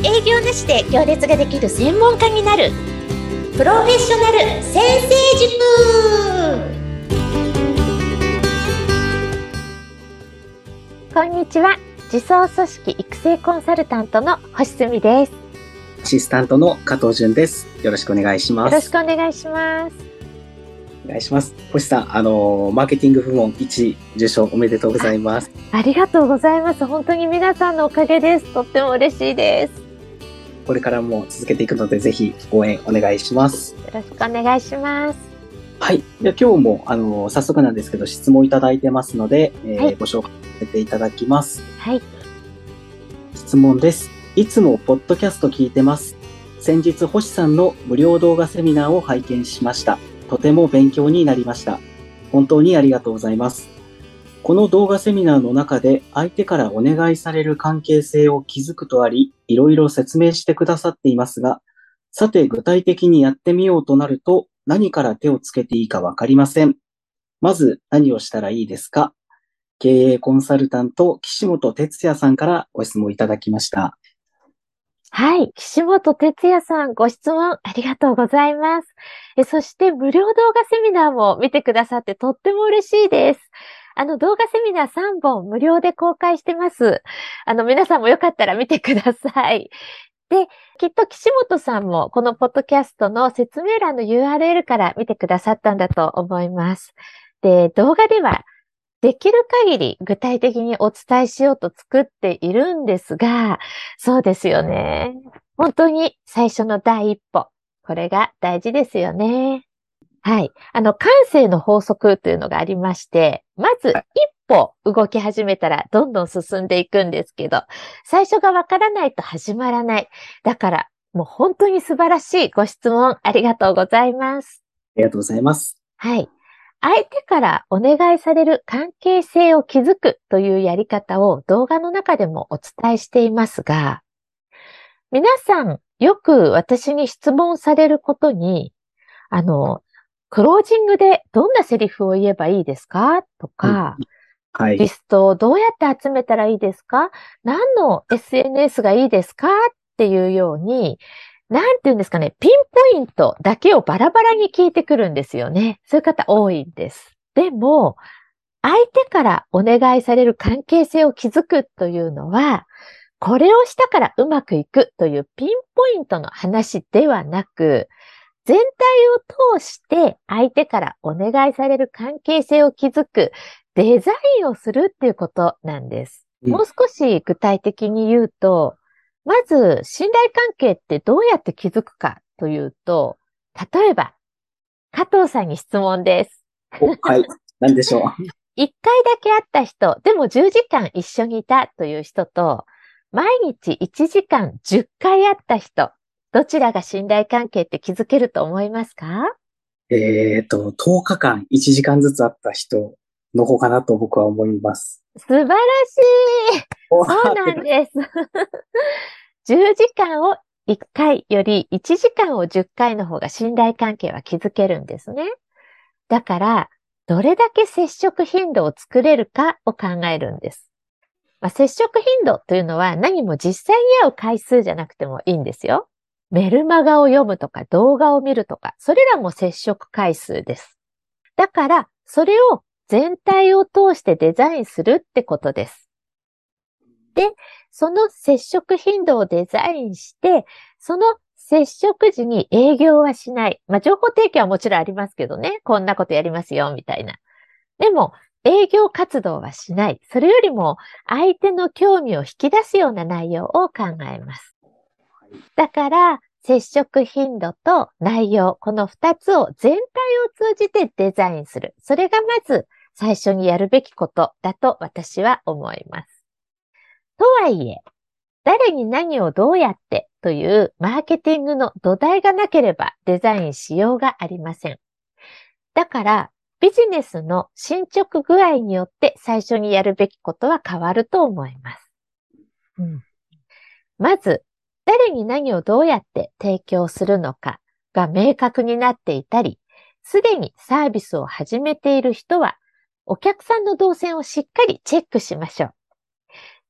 営業なしで行列ができる専門家になるプロフェッショナル先生塾。こんにちは。自走組織育成コンサルタントの星澄です。 アシスタントの加藤純です。よろしくお願いします。 よろしくお願いします。 お願いします。星さん、マーケティング部門1位受賞おめでとうございます。 ありがとうございます。本当に皆さんのおかげです。とっても嬉しいです。 これからも続けていくので、ぜひ応援お願いします。 よろしくお願いします。 はい。では今日も、早速なんですけど、質問いただいてますので、 はい、 ご紹介させていただきます。 はい。 質問です。いつもポッドキャスト聞いてます。先日、星さんの無料動画セミナーを拝見しました。とても勉強になりました。本当にありがとうございます。この動画セミナーの中で相手からお願いされる関係性を築くとあり、いろいろ説明してくださっていますが、さて具体的にやってみようとなると何から手をつけていいかわかりません。まず何をしたらいいですか？経営コンサルタント岸本哲也さんからご質問いただきました。 はい。岸本哲也さん、ご質問ありがとうございます。そして無料動画セミナーも見てくださってとっても嬉しいです。動画セミナー3本無料で公開してます。皆さんもよかったら見てください。で、きっと岸本さんもこのポッドキャストの説明欄の URL から見てくださったんだと思います。で、動画ではできる限り具体的にお伝えしようと作っているんですが、そうですよね。本当に最初の第一歩。これが大事ですよね。はい。感性の法則というのがありまして、まず一歩動き始めたらどんどん進んでいくんですけど、最初がわからないと始まらない。だから、もう本当に素晴らしいご質問ありがとうございます。 ありがとうございます。 はい。相手からお願いされる関係性を築くというやり方を動画の中でもお伝えしていますが、皆さんよく私に質問されることに、クロージングでどんなセリフを言えばいいですかとか、 はい。 リストをどうやって集めたらいいですか？何の SNS がいいですか？っていうように、なんていうんですかね、ピンポイントだけをバラバラに聞いてくるんですよね。そういう方多いんです。でも、相手からお願いされる関係性を築くというのは、これをしたからうまくいくというピンポイントの話ではなく、全体を通して相手からお願いされる関係性を築くデザインをするっていうことなんです。もう少し具体的に言うと、まず信頼関係ってどうやって築くかというと、例えば、加藤さんに質問です。 はい。何でしょう。 一回だけ会った人、でも10時間一緒にいたという人と、毎日1時間10回会った人、どちらが信頼関係って築けると思いますか 10日間1時間ずつ会った人の方かなと僕は思います。 素晴らしい。そうなんです。10時間を1回より1時間を10回の方が信頼関係は築けるんですね。だから、どれだけ接触頻度を作れるかを考えるんです。接触頻度というのは何も実際に会う回数じゃなくてもいいんですよ。メルマガを読むとか動画を見るとか、それらも接触回数です。だから、それを全体を通してデザインするってことです。で、その接触頻度をデザインして、その接触時に営業はしない。情報提供はもちろんありますけどね。こんなことやりますよ、みたいな。でも、営業活動はしない。それよりも、相手の興味を引き出すような内容を考えます。だから、接触頻度と内容、この2つを全体を通じてデザインする。それがまず最初にやるべきことだと私は思います。とはいえ、誰に何をどうやってというマーケティングの土台がなければデザインしようがありません。だから、ビジネスの進捗具合によって最初にやるべきことは変わると思います。まず、誰に何をどうやって提供するのかが明確になっていたり、すでにサービスを始めている人は、お客さんの動線をしっかりチェックしましょう。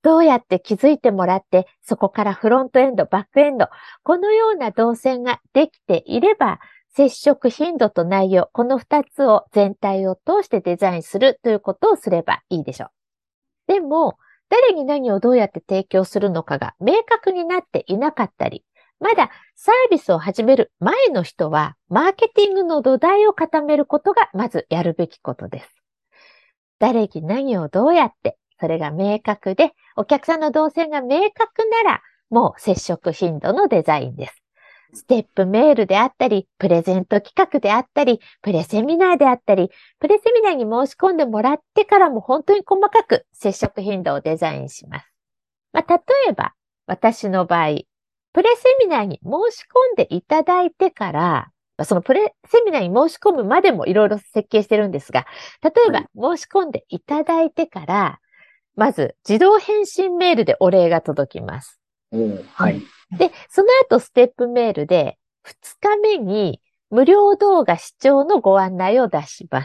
どうやって気づいてもらって、そこからフロントエンド、バックエンド、このような動線ができていれば、接触頻度と内容、この2つを全体を通してデザインするということをすればいいでしょう。でも、誰に何をどうやって提供するのかが明確になっていなかったり、まだサービスを始める前の人は、マーケティングの土台を固めることがまずやるべきことです。誰に何をどうやって、それが明確で、お客さんの動線が明確なら、もう接触頻度のデザインです。ステップメールであったり、プレゼント企画であったり、プレセミナーであったり、プレセミナーに申し込んでもらってからも本当に細かく接触頻度をデザインします。例えば、私の場合、プレセミナーに申し込んでいただいてから、そのプレセミナーに申し込むまでもいろいろ設計してるんですが、例えば申し込んでいただいてから、まず自動返信メールでお礼が届きます。 はい。 で、その後ステップメールで2日目に無料動画視聴のご案内を出します。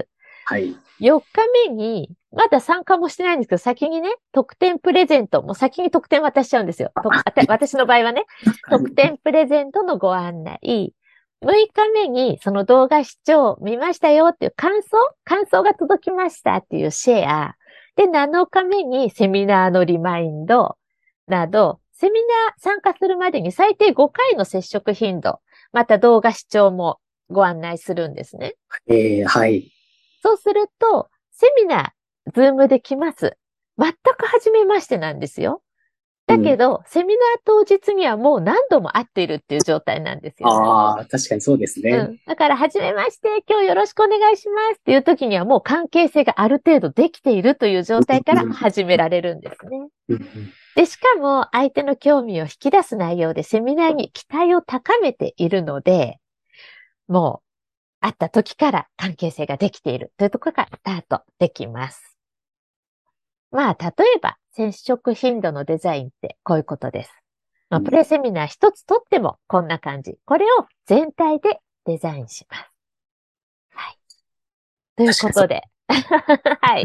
はい。 4日目に、まだ参加もしてないんですけど、先にね、特典プレゼント、もう先に特典渡しちゃうんですよ。私の場合はね、特典プレゼントのご案内。6日目にその動画視聴見ましたよっていう感想が届きましたっていうシェア。で、7日目にセミナーのリマインドなど、セミナー参加するまでに最低5回の接触頻度、また動画視聴もご案内するんですね。 はい。 そうすると、セミナー、ズームで来ます。全く初めましてなんですよ。だけど、セミナー当日にはもう何度も会っているっていう状態なんですよね。 ああ、確かにそうですね。 だから、初めまして、今日よろしくお願いしますっていう時にはもう関係性がある程度できているという状態から始められるんですね。で、しかも相手の興味を引き出す内容でセミナーに期待を高めているので、もう会った時から関係性ができているというところからスタートできます。例えば、接触頻度のデザインってこういうことです。プレセミナー一つとってもこんな感じ。これを全体でデザインします。はい。ということで。はい。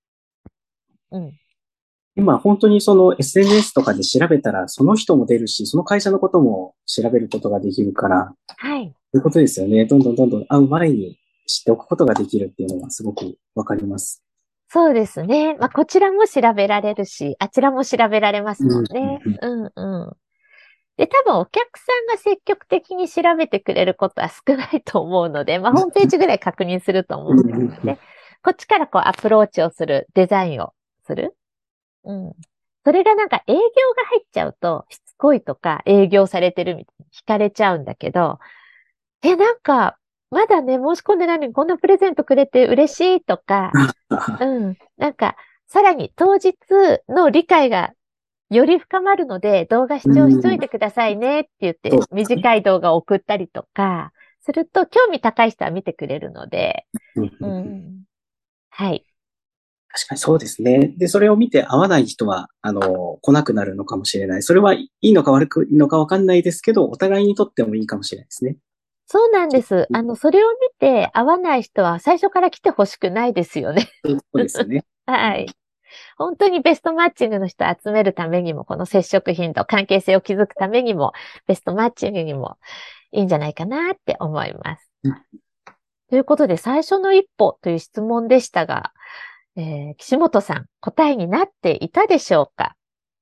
今本当にその SNS とかで調べたらその人も出るし、その会社のことも調べることができるから、 はい。 ということですよね。どんどん会う前に知っておくことができるっていうのがすごくわかります。 そうですね。こちらも調べられるし、あちらも調べられますもんね。で、多分お客さんが積極的に調べてくれることは少ないと思うので、ホームページぐらい確認すると思うんですので、こっちからアプローチをする、デザインをする。それがなんか営業が入っちゃうと、しつこいとか営業されてるみたいに惹かれちゃうんだけど、なんか、まだね、申し込んでないのにこんなプレゼントくれて嬉しいとか、なんか、さらに当日の理解がより深まるので、動画視聴しといてくださいねって言って、短い動画を送ったりとか、すると興味高い人は見てくれるので、はい。 確かにそうですね。で、それを見て合わない人は、来なくなるのかもしれない。それはいいのか悪くいいのかわかんないですけど、お互いにとってもいいかもしれないですね。 そうなんです。それを見て合わない人は最初から来てほしくないですよね。 そうですね。 はい。本当にベストマッチングの人を集めるためにも、この接触頻度、関係性を築くためにも、ベストマッチングにもいいんじゃないかなって思います。ということで、最初の一歩という質問でしたが、岸本さん、答えになっていたでしょうか？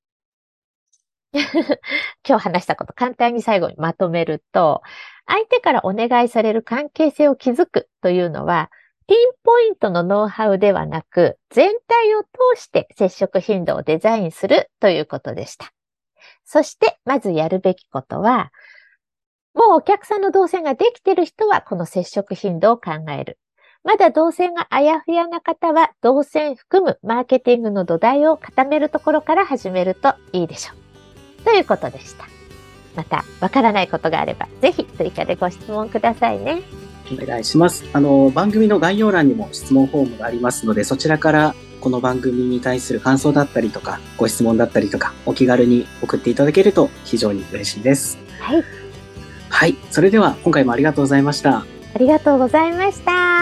今日話したこと簡単に最後にまとめると、相手からお願いされる関係性を築くというのは、ピンポイントのノウハウではなく、全体を通して接触頻度をデザインするということでした。そして、まずやるべきことは、もうお客さんの動線ができている人は、この接触頻度を考える。まだ動線があやふやな方は、動線含むマーケティングの土台を固めるところから始めるといいでしょう。ということでした。また、わからないことがあれば、ぜひ追加でご質問くださいね。 お願いします。番組の概要欄にも質問フォームがありますので、そちらからこの番組に対する感想だったりとか、ご質問だったりとか、お気軽に送っていただけると非常に嬉しいです。 はい。 はい。それでは今回もありがとうございました。 ありがとうございました。